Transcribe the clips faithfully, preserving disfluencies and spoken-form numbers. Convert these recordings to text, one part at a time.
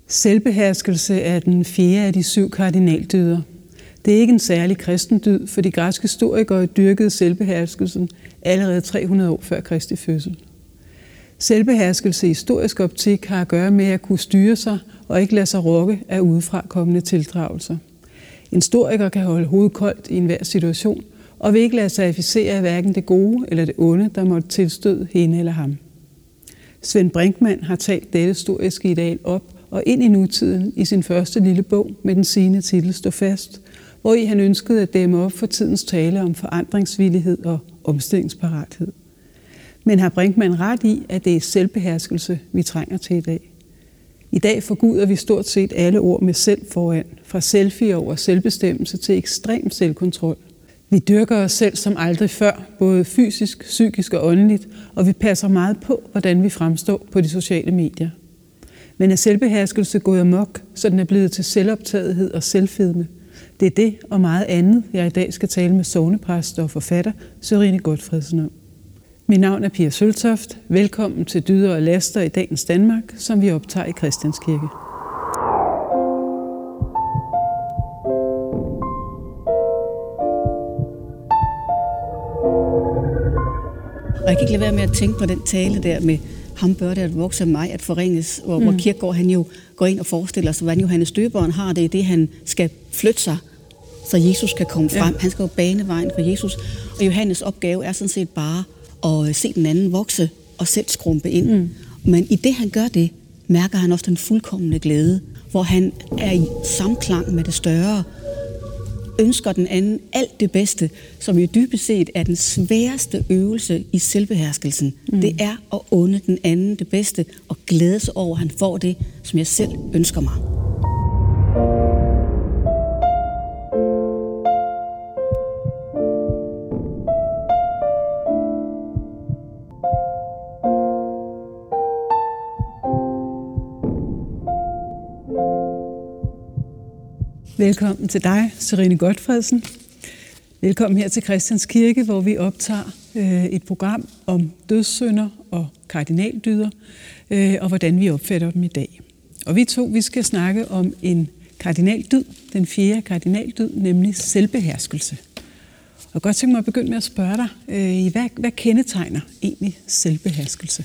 Selvbeherskelse er den fjerde af de syv kardinaldyder. Det er ikke en særlig kristen dyd, for de græske historikere dyrkede selvbeherskelsen allerede tre hundrede år før Kristi fødsel. Selvbeherskelse i historisk optik har at gøre med at kunne styre sig og ikke lade sig rokke af udefra kommende tildragelser. En historiker kan holde hovedet koldt i enhver situation og vil ikke lade sig afficere af hverken det gode eller det onde, der måtte tilstøde hende eller ham. Svend Brinkmann har talt dette historiske ideal op og ind i nutiden i sin første lille bog med den sigende titel Stå fast, hvori han ønskede at dæmme op for tidens tale om forandringsvillighed og omstillingsparathed. Men har Brinkmann ret i, at det er selvbeherskelse, vi trænger til i dag? I dag forguder vi stort set alle ord med selv foran, fra selfie over selvbestemmelse til ekstrem selvkontrol. Vi dyrker os selv som aldrig før, både fysisk, psykisk og åndeligt, og vi passer meget på, hvordan vi fremstår på de sociale medier. Men er selvbeherskelse gået amok, så den er blevet til selvoptagethed og selvfedme? Det er det og meget andet, jeg i dag skal tale med sognepræst og forfatter Sørine Gotfredsen om. Mit navn er Pia Søltoft. Velkommen til Dyder og Laster i dagens Danmark, som vi optager i Christianskirke. Og jeg kan ikke lade være med at tænke på den tale der med ham bør det at vokse af mig, at forringes, hvor, mm. hvor Kierkegaard han jo går ind og forestiller sig, hvordan Johannes Døberen har det i det, han skal flytte sig, så Jesus kan komme frem. Ja. Han skal jo bane vejen for Jesus. Og Johannes opgave er sådan set bare at se den anden vokse og selv skrumpe ind. Mm. Men i det, han gør det, mærker han også den fuldkomne glæde, hvor han er i samklang med det større, ønsker den anden alt det bedste, som jo dybest set er den sværeste øvelse i selvbeherskelsen. Mm. Det er at unde den anden det bedste og glæde sig over, at han får det, som jeg selv ønsker mig. Velkommen til dig, Sørine Gotfredsen. Velkommen her til Christianskirke, hvor vi optager øh, et program om dødssynder og kardinaldyder, øh, og hvordan vi opfatter dem i dag. Og vi to, vi skal snakke om en kardinaldyd, den fjerde kardinaldyd, nemlig selvbeherskelse. Og godt tænke mig at begynde med at spørge dig, øh, hvad, hvad kendetegner egentlig selvbeherskelse?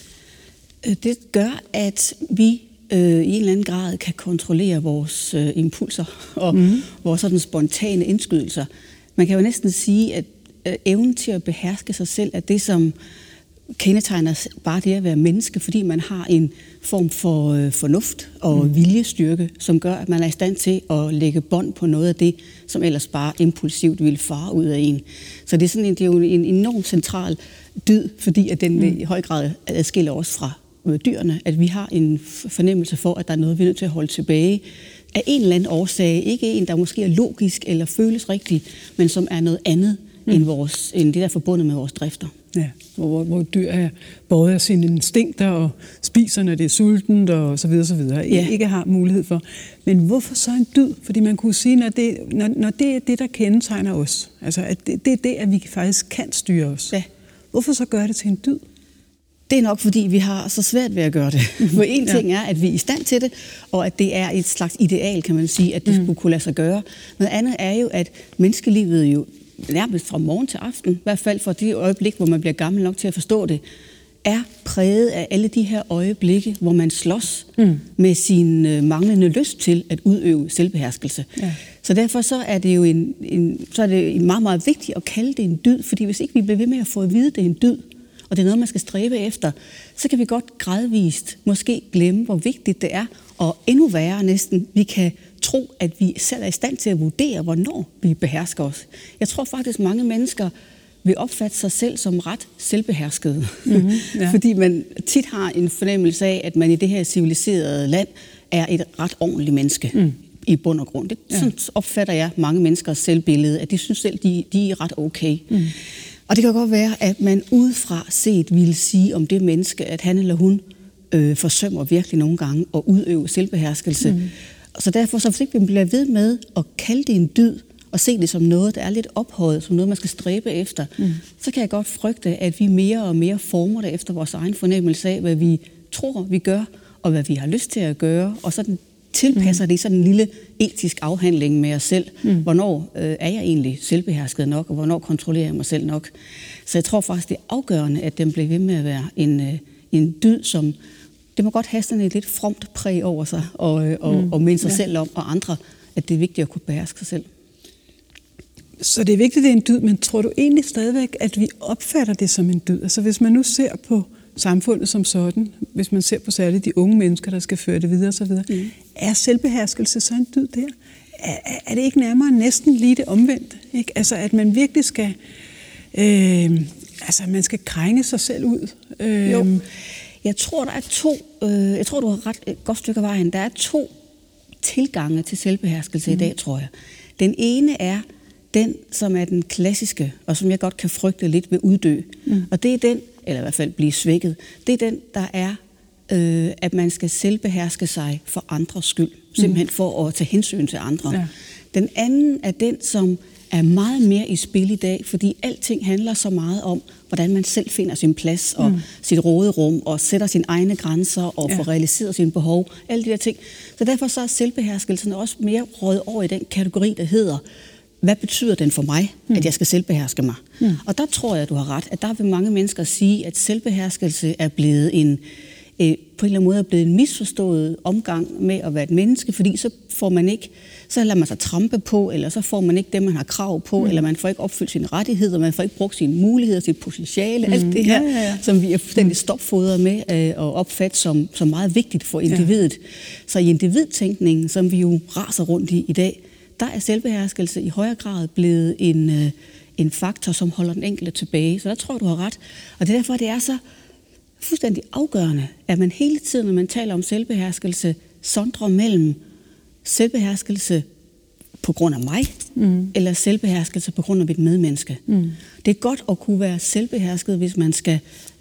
Det gør, at vi i en eller anden grad kan kontrollere vores øh, impulser og mm. vores sådan spontane indskydelser. Man kan jo næsten sige, at øh, evnen til at beherske sig selv er det, som kendetegner bare det at være menneske, fordi man har en form for øh, fornuft og mm. viljestyrke, som gør, at man er i stand til at lægge bånd på noget af det, som ellers bare impulsivt vil fare ud af en. Så det er, sådan en, det er jo en enormt central dyd, fordi at den mm. i høj grad adskiller os fra dyrene, at vi har en fornemmelse for, at der er noget, vi er nødt til at holde tilbage af en eller anden årsag. Ikke en, der måske er logisk eller føles rigtigt, men som er noget andet mm. end, vores, end det, der er forbundet med vores drifter. Ja, hvor, hvor dyr er båret af sine instinkter og spiser, når det er sultent og så videre, så videre. Ja. Ikke har mulighed for. Men hvorfor så en dyd? Fordi man kunne sige, når det, når, når det er det, der kendetegner os, altså at det, det er det, at vi faktisk kan styre os. Ja. Hvorfor så gøre det til en dyd? Det er nok, fordi vi har så svært ved at gøre det. For en ting er, at vi er i stand til det, og at det er et slags ideal, kan man sige, at det skulle kunne lade sig gøre. Noget andet er jo, at menneskelivet jo nærmest fra morgen til aften, i hvert fald fra det øjeblik, hvor man bliver gammel nok til at forstå det, er præget af alle de her øjeblikke, hvor man slås mm. med sin øh, manglende lyst til at udøve selvbeherskelse. Ja. Så derfor så er det jo en, en, så er det meget, meget vigtigt at kalde det en dyd, fordi hvis ikke vi bliver ved med at få at vide, at det er en dyd, og det er noget, man skal stræbe efter, så kan vi godt gradvist måske glemme, hvor vigtigt det er, og endnu værre næsten, vi kan tro, at vi selv er i stand til at vurdere, hvornår vi behersker os. Jeg tror faktisk, mange mennesker vil opfatte sig selv som ret selvbeherskede, mm-hmm, ja. Fordi man tit har en fornemmelse af, at man i det her civiliserede land er et ret ordentligt menneske. Mm. I bund og grund. Det, ja. Sådan opfatter jeg mange menneskers selvbillede, at de synes selv, de, de er ret okay. Mm. Og det kan godt være, at man udefra set ville sige om det menneske, at han eller hun øh, forsømmer virkelig nogle gange at udøve selvbeherskelse. Mm. Så derfor, så hvis ikke vi bliver ved med at kalde det en dyd, og se det som noget, der er lidt ophøjet, som noget, man skal stræbe efter, mm. så kan jeg godt frygte, at vi mere og mere former det efter vores egen fornemmelse af, hvad vi tror, vi gør, og hvad vi har lyst til at gøre, og sådan tilpasser mm. det sådan en lille etisk afhandling med os selv. Mm. Hvornår øh, er jeg egentlig selvbehersket nok, og hvornår kontrollerer jeg mig selv nok? Så jeg tror faktisk, det er afgørende, at den bliver ved med at være en, øh, en dyd, som det må godt have sådan et lidt fromt præg over sig, og, og, mm. og minde sig ja. selv om, og andre, at det er vigtigt at kunne beherske sig selv. Så det er vigtigt, det er en dyd, men tror du egentlig stadigvæk, at vi opfatter det som en dyd? Altså hvis man nu ser på samfundet som sådan, hvis man ser på særligt de unge mennesker, der skal føre det videre osv., mm. er selvbeherskelse så en dyd der? Er, er det ikke nærmere næsten lige det omvendt? Ikke? Altså at man virkelig skal, øh, altså man skal krænge sig selv ud? Øh, jo. Jeg tror, der er to, øh, jeg tror, du har ret et godt stykke af vejen. Der er to tilgange til selvbeherskelse mm. i dag, tror jeg. Den ene er den, som er den klassiske, og som jeg godt kan frygte lidt ved uddø. Mm. Og det er den, eller i hvert fald blive svækket, det er den, der er, øh, at man skal selvbeherske sig for andres skyld. Simpelthen for at tage hensyn til andre. Ja. Den anden er den, som er meget mere i spil i dag, fordi alting handler så meget om, hvordan man selv finder sin plads og mm. sit råderum og sætter sine egne grænser og ja. får realiseret sine behov. Alle de der ting. Så derfor så er selvbeherskelsen også mere røget over i den kategori, der hedder, hvad betyder den for mig, mm. at jeg skal selvbeherske mig? Mm. Og der tror jeg, du har ret, at der vil mange mennesker sige, at selvbeherskelse er blevet en, øh, på en eller anden måde er blevet en misforstået omgang med at være et menneske, fordi så får man ikke, så lader man sig trampe på, eller så får man ikke det, man har krav på, mm. eller man får ikke opfyldt sine rettigheder, man får ikke brugt sine muligheder, sit potentiale, mm. alt det her, ja, ja, ja. som vi er fuldstændig stopfodret med øh, at opfatte som, som meget vigtigt for individet. Ja. Så i individtænkningen, som vi jo raser rundt i i dag, der er selvbeherskelse i højere grad blevet en, øh, en faktor, som holder den enkelte tilbage. Så der tror jeg, du har ret. Og det er derfor, det er så fuldstændig afgørende, at man hele tiden, når man taler om selvbeherskelse, sondrer mellem selvbeherskelse på grund af mig, mm. eller selvbeherskelse på grund af mit medmenneske. Mm. Det er godt at kunne være selvbehersket, hvis man skal,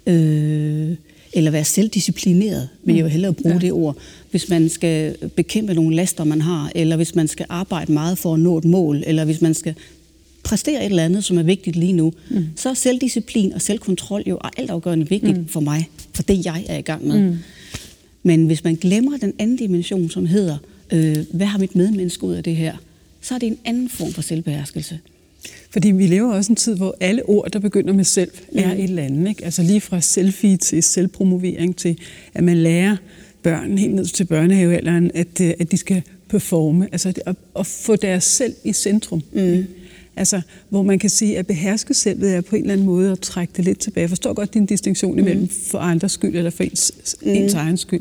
øh, eller være selvdisciplineret, vil jeg jo hellere bruge ja. det ord, hvis man skal bekæmpe nogle laster, man har, eller hvis man skal arbejde meget for at nå et mål, eller hvis man skal præstere et eller andet, som er vigtigt lige nu, mm. så er selvdisciplin og selvkontrol jo altafgørende vigtigt mm. for mig, for det jeg er i gang med. Mm. Men hvis man glemmer den anden dimension, som hedder, øh, hvad har mit medmenneske ud af det her, så er det en anden form for selvbeherskelse. Fordi vi lever også en tid, hvor alle ord, der begynder med selv, er mm. et eller andet. Ikke? Altså lige fra selfie til selvpromovering til, at man lærer børn helt ned til børnehavealderen, at, at de skal performe, altså at, at få deres selv i centrum. Mm. Altså, hvor man kan sige, at beherske selvet er på en eller anden måde at trække det lidt tilbage. Jeg forstår godt din distinktion imellem mm. for andres skyld eller for ens, mm. ens egen skyld.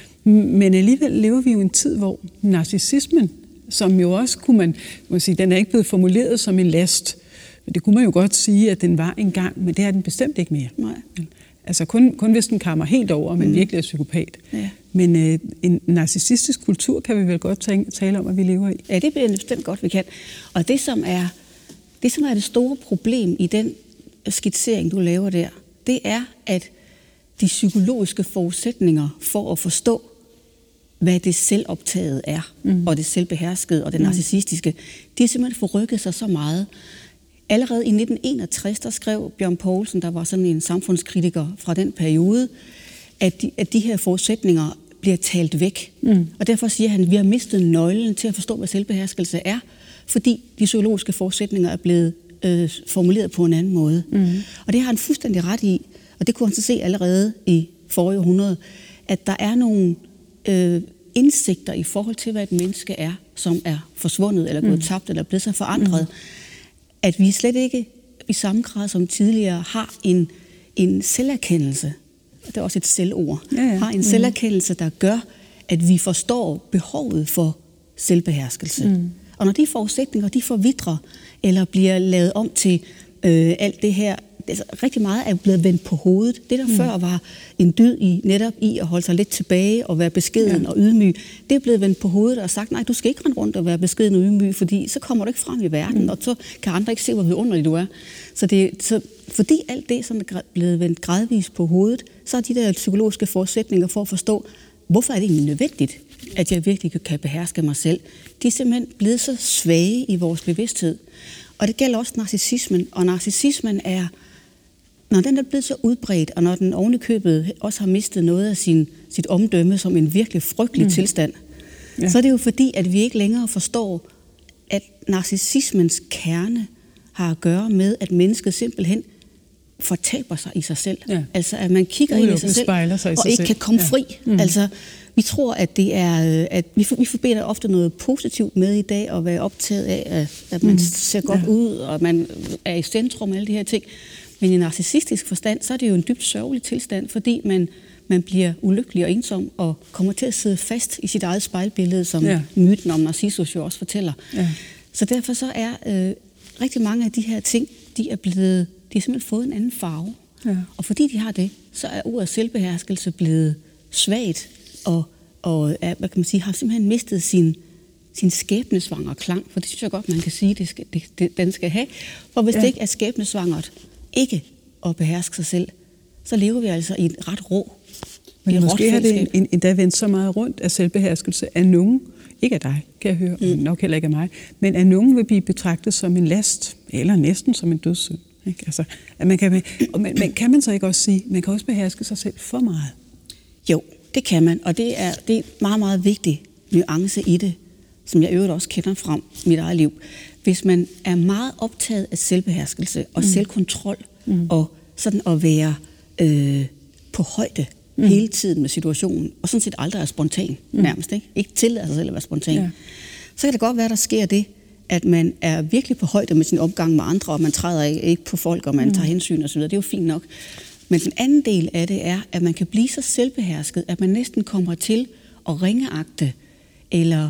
Men alligevel lever vi jo i en tid, hvor narcissismen, som jo også kunne man, man sige, den er ikke blevet formuleret som en last, men det kunne man jo godt sige, at den var engang, men det er den bestemt ikke mere. Nej. Altså kun, kun hvis den kammer helt over, og man mm. virkelig er psykopat. Ja. Men øh, en narcissistisk kultur kan vi vel godt tale, tale om, at vi lever i. Ja, det bliver bestemt godt, vi kan. Og det, som er det, som er det store problem i den skitsering, du laver der, det er, at de psykologiske forudsætninger for at forstå, hvad det selvoptaget er, mm. og det selvbeherskede og det narcissistiske, de er simpelthen forrykket sig så meget. Allerede i nitten enogtres, der skrev Bjørn Poulsen, der var sådan en samfundskritiker fra den periode, at de, at de her forudsætninger bliver talt væk. Mm. Og derfor siger han, at vi har mistet nøglen til at forstå, hvad selvbeherskelse er, fordi de psykologiske forudsætninger er blevet øh, formuleret på en anden måde. Mm. Og det har han fuldstændig ret i, og det kunne han så se allerede i forrige århundrede, at der er nogle øh, indsigter i forhold til, hvad et menneske er, som er forsvundet, eller gået mm. tabt, eller blevet så forandret, mm. at vi slet ikke i samme grad som tidligere har en, en selverkendelse, det er også et selvord, ja, ja. har en mm. selverkendelse, der gør, at vi forstår behovet for selvbeherskelse. Mm. Og når de forudsætninger, de forvitrer, eller bliver lavet om til øh, alt det her, altså, rigtig meget er blevet vendt på hovedet. Det, der mm. før var en dyd i netop i at holde sig lidt tilbage og være beskeden ja. og ydmyg, det er blevet vendt på hovedet og sagt, nej, du skal ikke rende rundt og være beskeden og ydmyg, fordi så kommer du ikke frem i verden, mm. og så kan andre ikke se, hvor vidunderlig du er. Så, det, så fordi alt det, som er blevet vendt gradvist på hovedet, så er de der psykologiske forudsætninger for at forstå, hvorfor er det egentlig nødvendigt, at jeg virkelig kan beherske mig selv. De er simpelthen blevet så svage i vores bevidsthed. Og det gælder også narcissismen. Og narcissismen er, når den er blevet så udbredt, og når den ovenikøbet også har mistet noget af sin, sit omdømme som en virkelig frygtelig mm. tilstand, ja. så er det jo fordi, at vi ikke længere forstår, at narcissismens kerne har at gøre med, at mennesket simpelthen fortaber sig i sig selv. Ja. Altså, at man kigger ind i sig selv, sig i og ikke selv. kan komme ja. fri. Mm. Altså, vi tror, at det er, at vi, for, vi forbinder ofte noget positivt med i dag, og være optaget af, at man mm. ser godt ja. ud, og man er i centrum og alle de her ting. Men i narcissistisk forstand, så er det jo en dybt sørgelig tilstand, fordi man, man bliver ulykkelig og ensom, og kommer til at sidde fast i sit eget spejlbillede, som ja. myten om Narcissus jo også fortæller. Ja. Så derfor så er øh, rigtig mange af de her ting, de er blevet, de har simpelthen fået en anden farve. Ja. Og fordi de har det, så er ordet selvbeherskelse blevet svagt, og, og er, hvad kan man sige, har simpelthen mistet sin, sin skæbnesvangre klang, for det synes jeg godt, man kan sige, det skal, det, det, den skal have. For hvis ja. det ikke er skæbnesvangert, ikke at beherske sig selv, så lever vi altså i et ret rå. Men måske har det en, endda vendt så meget rundt af selvbeherskelse af nogen, ikke af dig, kan jeg høre, mm. nok heller ikke af mig, men at nogen vil blive betragtet som en last, eller næsten som en dødssynd. Ikke? Altså, at man kan, men, men kan man så ikke også sige, man kan også beherske sig selv for meget? Jo, det kan man, og det er, det er meget, meget vigtig nuance i det, som jeg øvrigt også kender fra mit eget liv. Hvis man er meget optaget af selvbeherskelse og mm. selvkontrol, mm. og sådan at være øh, på højde mm. hele tiden med situationen, og sådan set aldrig er spontan, mm. nærmest, ikke? Ikke tillader sig selv at være spontan, ja. så kan det godt være, der sker det, at man er virkelig på højde med sin omgang med andre, og man træder ikke på folk, og man mm. tager hensyn osv. Det er jo fint nok. Men den anden del af det er, at man kan blive så selvbehersket, at man næsten kommer til at ringeagte, eller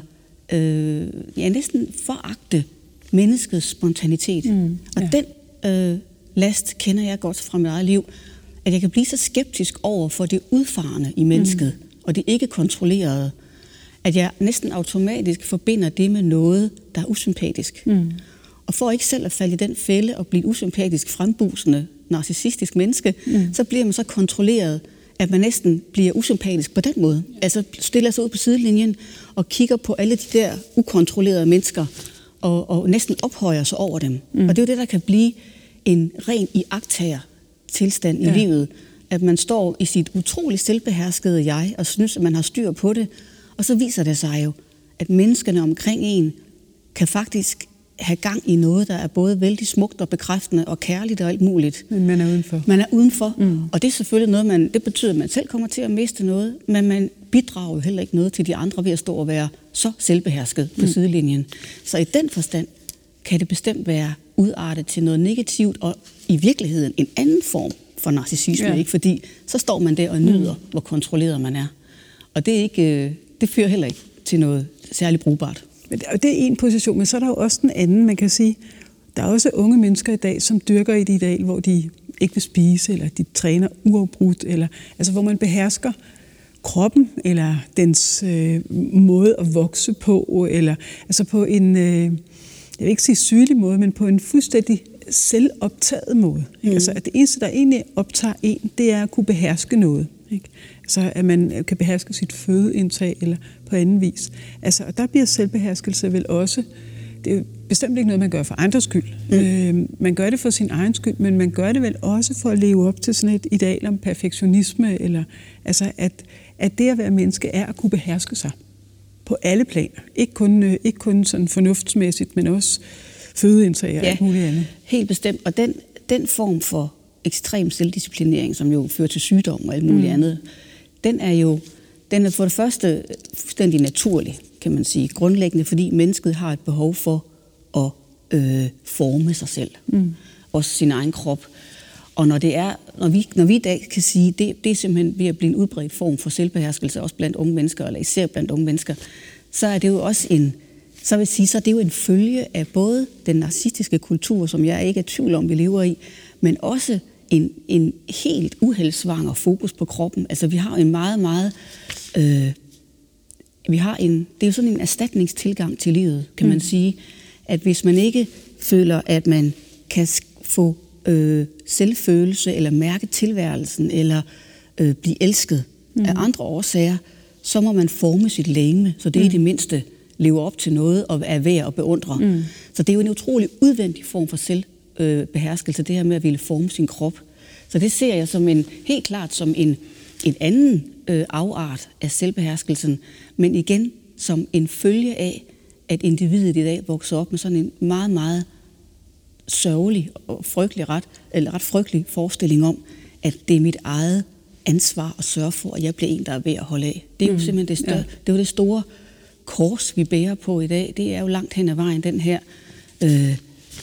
øh, ja, næsten foragte menneskets spontanitet. Mm. Og ja. den øh, last kender jeg godt fra mit eget liv, at jeg kan blive så skeptisk over for det udfarende i mennesket, mm. og det ikke kontrollerede, at jeg næsten automatisk forbinder det med noget, der er usympatisk. Mm. Og for ikke selv at falde i den fælde og blive usympatisk frembusende narcissistisk menneske, mm. så bliver man så kontrolleret, at man næsten bliver usympatisk på den måde. Altså stiller sig ud på sidelinjen og kigger på alle de der ukontrollerede mennesker og, og næsten ophøjer sig over dem. Mm. Og det er jo det, der kan blive en ren iagttager tilstand i ja. livet, at man står i sit utroligt selvbeherskede jeg og synes, at man har styr på det, og så viser det sig jo, at menneskerne omkring en kan faktisk have gang i noget, der er både vældig smukt og bekræftende og kærligt og alt muligt. Men man er udenfor. Man er udenfor, mm. og det er selvfølgelig noget, man, det betyder, at man selv kommer til at miste noget, men man bidrager jo heller ikke noget til de andre ved at stå og være så selvbehersket på mm. sidelinjen. Så i den forstand kan det bestemt være udartet til noget negativt, og i virkeligheden en anden form for narcissisme, ja. ikke? Fordi så står man der og nyder, mm. hvor kontrolleret man er. Og det, er ikke, det fører heller ikke til noget særligt brugbart. Og det er en position, men så er der jo også den anden, man kan sige. Der er også unge mennesker i dag, som dyrker et ideal, hvor de ikke vil spise, eller de træner uafbrudt, eller altså hvor man behersker kroppen, eller dens øh, måde at vokse på, eller altså på en, øh, jeg vil ikke sige sygelig måde, men på en fuldstændig selvoptaget måde. Mm. Altså at det eneste, der egentlig optager en, det er at kunne beherske noget. Ikke? Altså at man kan beherske sit fødeindtag eller på anden vis. Altså, og der bliver selvbeherskelse vel også, det er bestemt ikke noget, man gør for andres skyld. Mm. Øh, man gør det for sin egen skyld, men man gør det vel også for at leve op til sådan et ideal om perfektionisme, eller altså at, at det at være menneske er at kunne beherske sig på alle planer. Ikke kun, øh, ikke kun sådan fornuftsmæssigt, men også fødeindtag og ja, alt muligt andet. Helt bestemt. Og den, den form for ekstrem selvdisciplinering, som jo fører til sygdom og alt muligt mm. andet, den er jo den er for det første fuldstændig naturlig, kan man sige, grundlæggende, fordi mennesket har et behov for at øh, forme sig selv, mm. også sin egen krop. Og når det er, når vi, når vi i dag kan sige, det, det er simpelthen ved at blive en udbredt form for selvbeherskelse, også blandt unge mennesker, eller især blandt unge mennesker, så er det jo også en, så vil jeg sige, så er det jo en følge af både den narcissistiske kultur, som jeg ikke er i tvivl om, vi lever i, men også en, en helt uheldsvanger fokus på kroppen. Altså vi har en meget, meget, øh, vi har en, det er jo sådan en erstatningstilgang til livet, kan mm. man sige, at hvis man ikke føler, at man kan få øh, selvfølelse, eller mærke tilværelsen, eller øh, blive elsket mm. af andre årsager, så må man forme sit legeme, så det er mm. i det mindste lever op til noget og er værd at beundre. Mm. Så det er jo en utrolig udvendig form for selvbeherskelse, det her med at ville forme sin krop. Så det ser jeg som en, helt klart som en, en anden øh, afart af selvbeherskelsen. Men igen, som en følge af, at individet i dag vokser op med sådan en meget, meget sørgelig og frygtelig ret, eller ret frygtelig forestilling om, at det er mit eget ansvar at sørge for, at jeg bliver en, der er ved at holde af. Det er jo mm. simpelthen det, større, ja. det, er jo det store kors, vi bærer på i dag. Det er jo langt hen ad vejen, den her øh,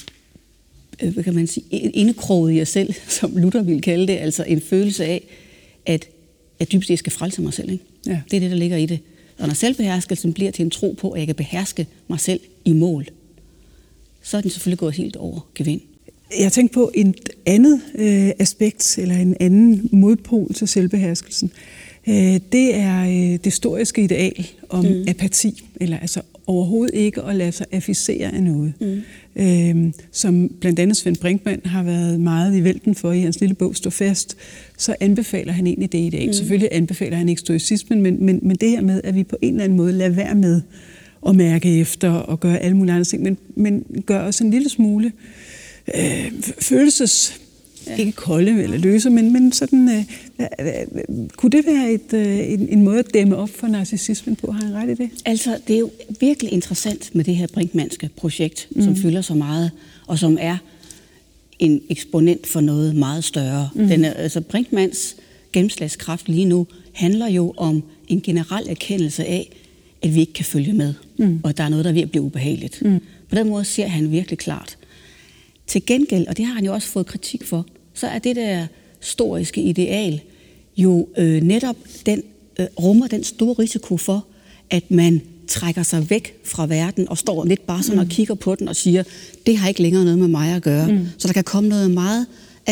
hvad kan man sige, indekroget i jer selv, som Luther ville kalde det, altså en følelse af, at jeg dybest set skal frelse mig selv. Ikke? Ja. Det er det, der ligger i det. Og når selvbeherskelsen bliver til en tro på, at jeg kan beherske mig selv i mål, så er den selvfølgelig gået helt over gevind. Jeg tænker på et andet øh, aspekt, eller en anden modpol til selvbeherskelsen. Øh, det er øh, det stoiske ideal om mm. apati, eller altså overhovedet ikke at lade sig afficere af noget. Mm. Øh, som blandt andet Svend Brinkmann har været meget i vælten for i hans lille bog Stå fast, så anbefaler han egentlig det ideal. Mm. Selvfølgelig anbefaler han ikke stoicismen, men, men, men det her med, at vi på en eller anden måde lader være med at mærke efter og gøre alle mulige andre ting, men, men gør os en lille smule øh, følelses... Ja. Ikke kolde eller løse, men, men sådan, øh, øh, kunne det være et, øh, en, en måde at dæmme op for narcissismen på? Har han ret i det? Altså, det er jo virkelig interessant med det her Brinkmannske projekt, mm. som fylder så meget, og som er en eksponent for noget meget større. Mm. Den er, altså, Brinkmanns gennemslagskraft lige nu handler jo om en generel erkendelse af, at vi ikke kan følge med, mm. og at der er noget, der er ved at blive ubehageligt. Mm. På den måde ser han virkelig klart. Til gengæld, og det har han jo også fået kritik for, så er det der stoiske ideal jo øh, netop den, øh, rummer den store risiko for, at man trækker sig væk fra verden og står lidt bare sådan mm. og kigger på den og siger, det har ikke længere noget med mig at gøre. Mm. Så der kan komme noget meget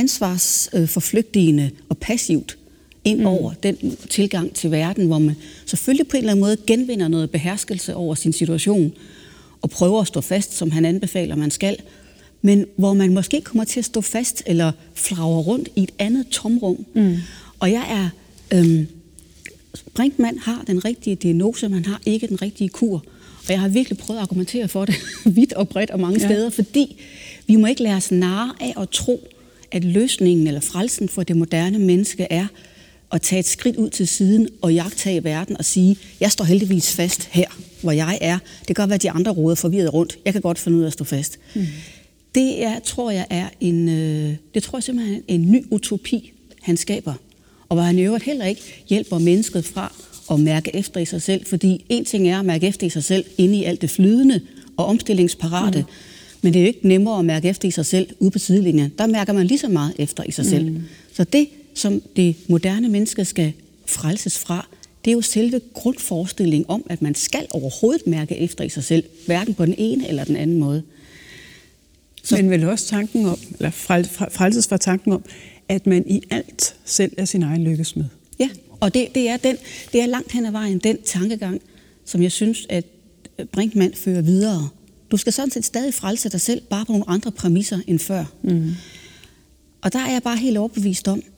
ansvarsforflygtigende og passivt ind over mm. den tilgang til verden, hvor man selvfølgelig på en eller anden måde genvinder noget beherskelse over sin situation og prøver at stå fast, som han anbefaler, man skal, men hvor man måske kommer til at stå fast eller flagre rundt i et andet tomrum. Mm. Og jeg er... Øhm, Brinkmann har den rigtige diagnose, man har ikke den rigtige kur. Og jeg har virkelig prøvet at argumentere for det vidt og bredt og mange ja. steder, fordi vi må ikke lade os narre af at tro, at løsningen eller frelsen for det moderne menneske er at tage et skridt ud til siden og jagtage verden og sige, jeg står heldigvis fast her, hvor jeg er. Det kan godt være, at de andre råder forvirret rundt. Jeg kan godt finde ud af at stå fast. Mm. Det er, tror jeg er en, øh, det tror jeg simpelthen er en ny utopi, han skaber. Og hvor han i øvrigt heller ikke hjælper mennesket fra at mærke efter i sig selv. Fordi en ting er at mærke efter i sig selv inde i alt det flydende og omstillingsparate. Mm. Men det er jo ikke nemmere at mærke efter i sig selv ude på sidelinjen. Der mærker man lige så meget efter i sig mm. selv. Så det, som det moderne menneske skal frelses fra, det er jo selve grundforestillingen om, at man skal overhovedet mærke efter i sig selv. Hverken på den ene eller den anden måde. Så. Men vel også tanken om, eller frelses fra tanken om, at man i alt selv er sin egen lykkesmed. Ja, og det, det, er den, det er langt hen ad vejen den tankegang, som jeg synes, at Brinkmann fører videre. Du skal sådan set stadig frelse dig selv, bare på nogle andre præmisser end før. Mm. Og der er jeg bare helt overbevist om,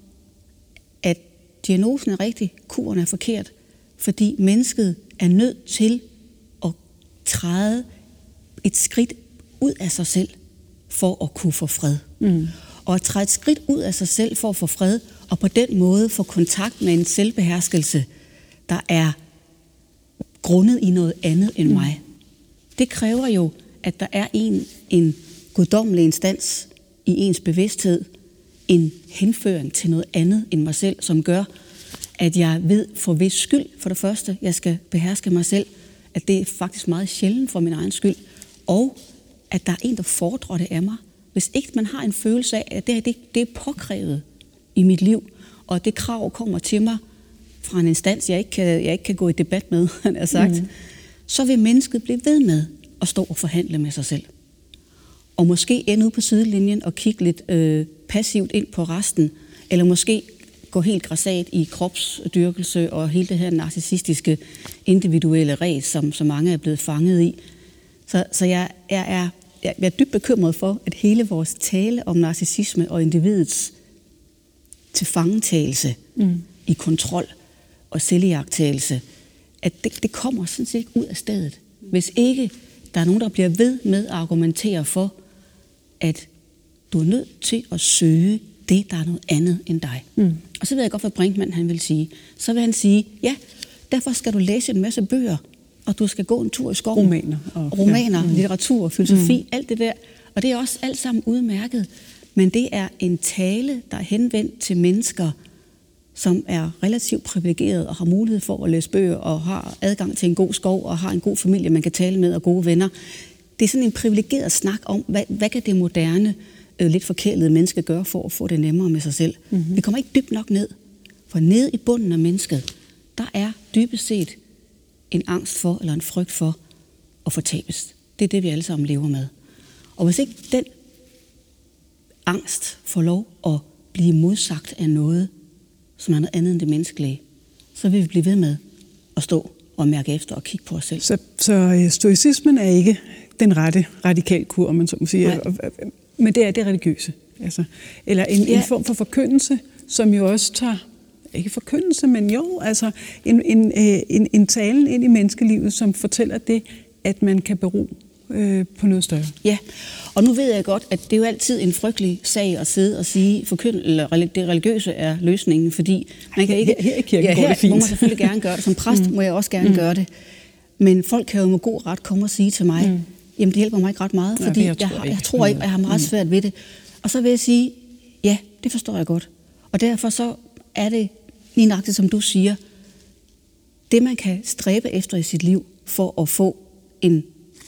at diagnosen er rigtig, kuren er forkert, fordi mennesket er nødt til at træde et skridt ud af sig selv, for at kunne få fred. Mm. Og at træde et skridt ud af sig selv for at få fred, og på den måde få kontakt med en selvbeherskelse, der er grundet i noget andet end mm. mig. Det kræver jo, at der er en, en guddommelig instans i ens bevidsthed, en henføring til noget andet end mig selv, som gør, at jeg ved for hvis skyld, for det første, jeg skal beherske mig selv, at det er faktisk meget sjældent for min egen skyld, og at der er en, der fordrer det af mig. Hvis ikke man har en følelse af, at det, det, det er påkrævet i mit liv, og at det krav kommer til mig fra en instans, jeg ikke kan, jeg ikke kan gå i debat med, han har sagt, mm. så vil mennesket blive ved med at stå og forhandle med sig selv. Og måske ende ud på sidelinjen og kigge lidt øh, passivt ind på resten, eller måske gå helt grassat i kropsdyrkelse og hele det her narcissistiske individuelle ræs, som så mange er blevet fanget i. Så, så jeg, jeg, er, jeg er dybt bekymret for, at hele vores tale om narcissisme og individets tilfangetagelse mm. i kontrol og selvjagttagelse, at det, det kommer sådan set ikke ud af stedet. Hvis ikke der er nogen, der bliver ved med at argumentere for, at du er nødt til at søge det, der er noget andet end dig. Mm. Og så ved jeg godt, hvad Brinkmann han vil sige. Så vil han sige, ja, derfor skal du læse en masse bøger og du skal gå en tur i skoven. Romaner. Og, romaner, ja. litteratur, filosofi, Mm. alt det der. Og det er også alt sammen udmærket. Men det er en tale, der er henvendt til mennesker, som er relativt privilegeret og har mulighed for at læse bøger og har adgang til en god skov og har en god familie, man kan tale med og gode venner. Det er sådan en privilegeret snak om, hvad, hvad kan det moderne, øh, lidt forkælede menneske gøre for at få det nemmere med sig selv. Mm-hmm. Vi kommer ikke dybt nok ned, for nede i bunden af mennesket, der er dybest set en angst for eller en frygt for at fortabes. Det er det, vi alle sammen lever med. Og hvis ikke den angst får lov at blive modsagt af noget, som er noget andet end det menneskelige, så vil vi blive ved med at stå og mærke efter og kigge på os selv. Så, så stoicismen er ikke den rette radikalkur, om man så må sige, Nej. men det er det religiøse. Altså, eller en, ja. en form for forkyndelse, som jo også tager, ikke forkyndelse, men jo, altså en, en, en, en talen ind i menneskelivet, som fortæller det, at man kan bero øh, på noget større. Ja, og nu ved jeg godt, at det er jo altid en frygtelig sag at sidde og sige, forkynd, eller det religiøse er løsningen, fordi man kan ikke... Her, her i kirken ja, her går det fint. må man selvfølgelig gerne gøre det. Som præst mm. må jeg også gerne mm. gøre det. Men folk kan jo med god ret komme og sige til mig, mm. jamen det hjælper mig ikke ret meget, fordi ja, jeg, jeg, tror jeg, jeg tror ikke, at jeg har meget svært ved det. Og så vil jeg sige, ja, det forstår jeg godt. Og derfor så er det lige nøjagtigt, som du siger, det man kan stræbe efter i sit liv for at få en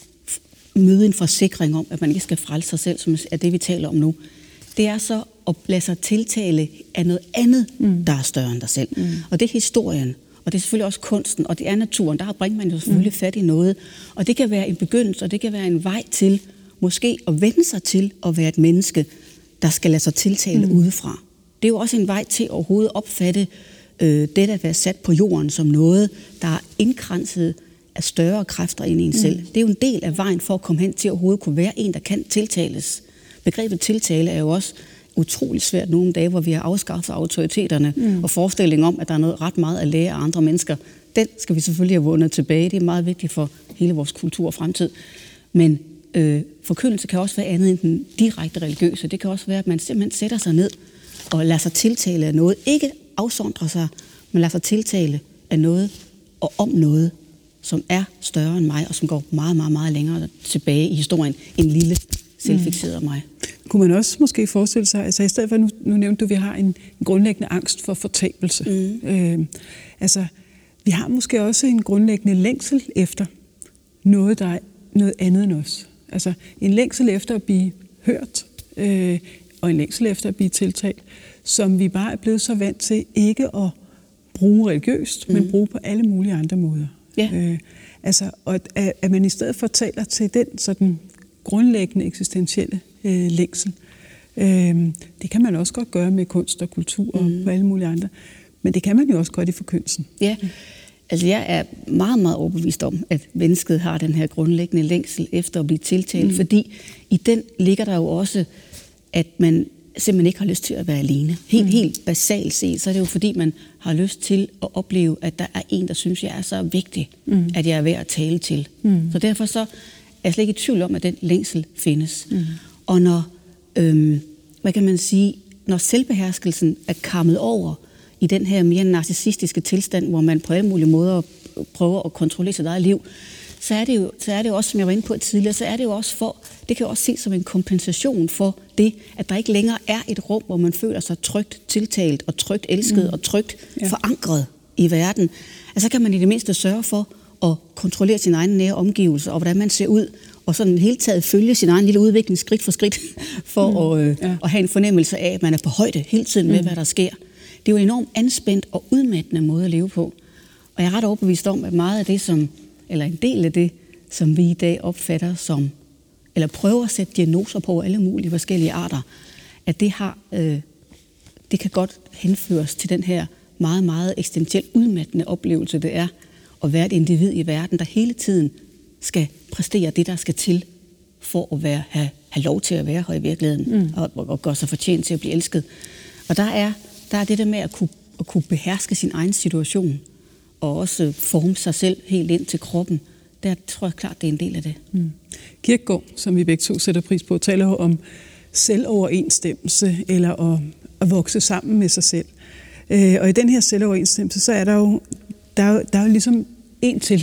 møde en forsikring om, at man ikke skal frelse sig selv, som er det, vi taler om nu, det er så at lade sig tiltale af noget andet, mm. der er større end dig selv. Mm. Og det er historien, og det er selvfølgelig også kunsten, og det er naturen. Der bringer man jo selvfølgelig mm. fat i noget. Og det kan være en begyndelse, og det kan være en vej til måske at vende sig til at være et menneske, der skal lade sig tiltale mm. udefra. Det er jo også en vej til at overhovedet opfatte øh, det at være sat på jorden som noget, der er indkranset af større kræfter end en mm. selv. Det er jo en del af vejen for at komme hen til at overhovedet kunne være en, der kan tiltales. Begrebet tiltale er jo også utrolig svært nogle dage, hvor vi har afskaffet autoriteterne mm. og forestillingen om, at der er noget ret meget at lære af andre mennesker. Den skal vi selvfølgelig have vundet tilbage. Det er meget vigtigt for hele vores kultur og fremtid. Men øh, forkyndelse kan også være andet end den direkte religiøse. Det kan også være, at man simpelthen sætter sig ned og lader sig tiltale af noget. Ikke afsondre sig, men lader sig tiltale af noget og om noget, som er større end mig, og som går meget, meget, meget længere tilbage i historien, en lille selvfikseret mig. Kunne man også måske forestille sig, altså i stedet for, nu, nu nævnte du, at vi har en, en grundlæggende angst for fortabelse. Mm. Øh, altså, vi har måske også en grundlæggende længsel efter noget, der er noget andet end os. Altså, en længsel efter at blive hørt, øh, og en længsel efter at blive tiltalt, som vi bare er blevet så vant til ikke at bruge religiøst, mm. men bruge på alle mulige andre måder. Ja. Øh, altså, og at, at man i stedet for taler til den sådan grundlæggende eksistentielle øh, længsel. Øh, det kan man også godt gøre med kunst og kultur og mm. på alle mulige andre. Men det kan man jo også godt i forkyndelsen. Ja, altså jeg er meget, meget overbevist om, at mennesket har den her grundlæggende længsel efter at blive tiltalt, mm. fordi i den ligger der jo også, at man simpelthen ikke har lyst til at være alene. Helt, mm. helt basalt set, så er det jo fordi, man har lyst til at opleve, at der er en, der synes, jeg er så vigtig, mm. at jeg er værd at tale til. Mm. Så derfor så er jeg slet ikke i tvivl om, at den længsel findes. Mm. Og når, øhm, hvad kan man sige, når selvbeherskelsen er kammet over i den her mere narcissistiske tilstand, hvor man på alle mulige måder prøver at kontrollere sit eget liv, så er det jo, så er det jo også, som jeg var inde på tidligere, så er det jo også for, det kan jo også ses som en kompensation for det, at der ikke længere er et rum, hvor man føler sig trygt tiltalt og trygt elsket mm. og trygt ja. forankret i verden. Altså så kan man i det mindste sørge for at kontrollere sin egen nære omgivelser og hvordan man ser ud, og sådan hele taget følge sin egen lille udvikling skridt for skridt, for mm. at, øh, ja. at have en fornemmelse af, at man er på højde hele tiden med, mm. hvad der sker. Det er jo en enormt anspændt og udmattende måde at leve på. Og jeg er ret overbevist om, at meget af det, som, eller en del af det, som vi i dag opfatter som, eller prøver at sætte diagnoser på alle mulige forskellige arter, at det har, øh, det kan godt henføres til den her meget, meget eksistentielt udmattende oplevelse, det er at være et individ i verden, der hele tiden skal præstere det, der skal til, for at være, have, have lov til at være her i virkeligheden, mm. og, og, og gøre sig fortjent til at blive elsket. Og der er, der er det der med at kunne, at kunne beherske sin egen situation, og også forme sig selv helt ind til kroppen. Der tror jeg klart, det er en del af det. Mm. Kierkegaard, som vi begge to sætter pris på, taler jo om selvoverensstemmelse, eller at, at vokse sammen med sig selv. Øh, og i den her selvoverensstemmelse, så er der jo, der er jo, der er jo ligesom en til,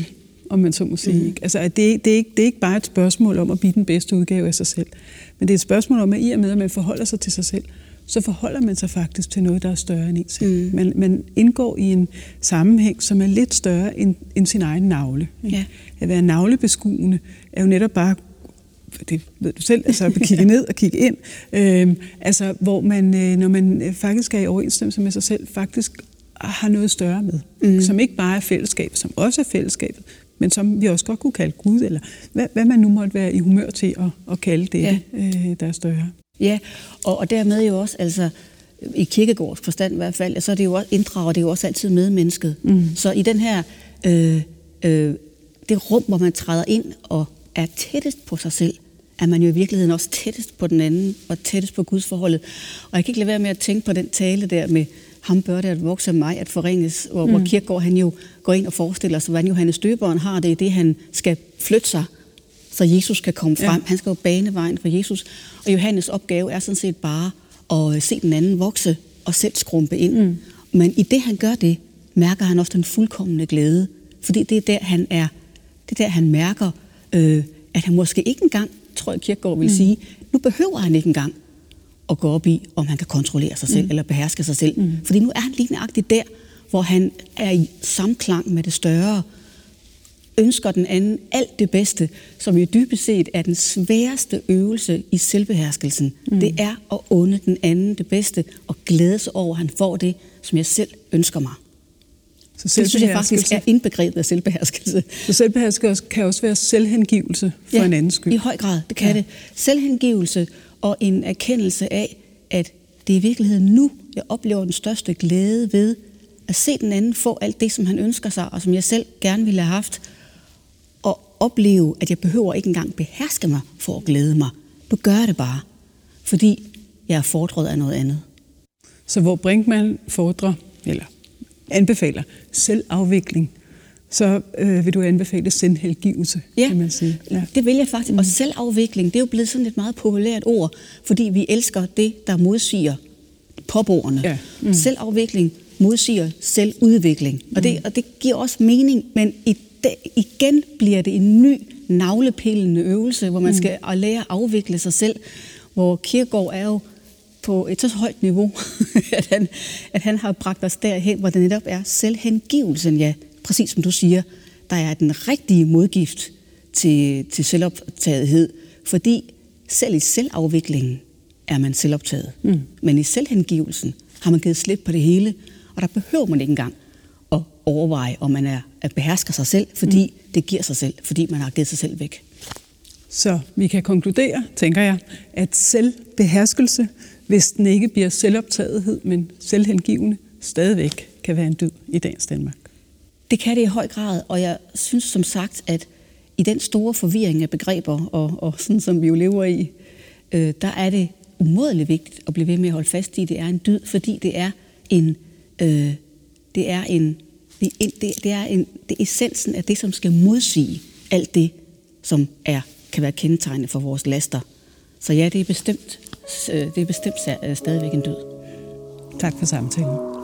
om man så må sige. Mm. Altså, at det, det, er ikke, det er ikke bare et spørgsmål om at blive den bedste udgave af sig selv, men det er et spørgsmål om, at i og med, at man forholder sig til sig selv, så forholder man sig faktisk til noget, der er større end en selv. Mm. Man, man indgår i en sammenhæng, som er lidt større end, end sin egen navle. Ja. At være navlebeskuende er jo netop bare, det ved du selv, altså at kigge ned og kigge ind, øhm, altså hvor man, når man faktisk er i overensstemmelse med sig selv, faktisk har noget større med, mm. som ikke bare er fællesskab, som også er fællesskabet, men som vi også godt kunne kalde Gud, eller hvad, hvad man nu måtte være i humør til at, at kalde det, ja. øh, der er større. Ja, og, og dermed jo også, altså i Kierkegaards forstand i hvert fald, så er det jo også, inddrager det jo også altid medmennesket. Mm. Så i den her, øh, øh, det rum, hvor man træder ind og er tættest på sig selv, er man jo i virkeligheden også tættest på den anden, og tættest på Guds forholdet. Og jeg kan ikke lade være med at tænke på den tale der med, ham bør det at vokse af mig, at forringes, hvor, mm. hvor Kierkegaard han jo går ind og forestiller sig, hvordan Johannes Døberen har det, i det han skal flytte sig, så Jesus kan komme frem. Ja. Han skal jo bane vejen for Jesus. Og Johannes opgave er sådan set bare at se den anden vokse og selv skrumpe ind. Mm. Men i det han gør det, mærker han også den fuldkommende glæde. Fordi det er der han er, det er der han mærker, øh, at han måske ikke engang, tror jeg Kierkegaard vil mm. sige, nu behøver han ikke engang at gå op i, om han kan kontrollere sig selv, mm. eller beherske sig selv. Mm. Fordi nu er han lige nøjagtigt der, hvor han er i samklang med det større, ønsker den anden alt det bedste, som jo dybest set er den sværeste øvelse i selvbeherskelsen. Mm. Det er at unde den anden det bedste, og glæde sig over, at han får det, som jeg selv ønsker mig. Så det synes jeg faktisk er indbegrebet af selvbeherskelse. Så selvbeherskelse kan også være selvhengivelse for ja, en andens skyld. I høj grad, det kan ja. det. Selvhengivelse og en erkendelse af, at det er i virkeligheden nu, jeg oplever den største glæde ved at se den anden få alt det, som han ønsker sig, og som jeg selv gerne ville have haft, og opleve, at jeg behøver ikke engang beherske mig for at glæde mig. Du gør det bare, fordi jeg er fordret af noget andet. Så hvor Brinkmann fordrer, eller anbefaler selvafvikling, så øh, vil du anbefale selvhelgivelse, ja, kan man sige. Ja, det vil jeg faktisk. Mm. Og selvafvikling, det er jo blevet sådan et meget populært ord, fordi vi elsker det, der modsiger påboerne. Ja. Mm. Selvafvikling modsiger selvudvikling. Mm. Og, det, og det giver også mening, men i det, igen bliver det en ny navlepillende øvelse, hvor man mm. skal lære at afvikle sig selv, hvor Kierkegaard er jo på et så højt niveau, at, han, at han har bragt os derhen, hvor det netop er selvhengivelsen, ja, præcis som du siger, der er den rigtige modgift til, til selvoptagethed, fordi selv i selvafviklingen er man selvoptaget. Mm. Men i selvhengivelsen har man givet slip på det hele, og der behøver man ikke engang at overveje, om man er at behersker sig selv, fordi mm. det giver sig selv, fordi man har givet sig selv væk. Så vi kan konkludere, tænker jeg, at selvbeherskelse, hvis den ikke bliver selvoptagethed, men selvhengivende, stadigvæk kan være en dyd i dagens Danmark. Det kan det i høj grad, og jeg synes som sagt, at i den store forvirring af begreber, og, og sådan som vi jo lever i, øh, der er det umådeligt vigtigt at blive ved med at holde fast i, at det er en dyd, fordi det er en, øh, det er en, det, det er en, det er essensen af det, som skal modsige alt det, som er, kan være kendetegnende for vores laster. Så ja, det er bestemt, det er bestemt stadigvæk en dyd. Tak for samtalen.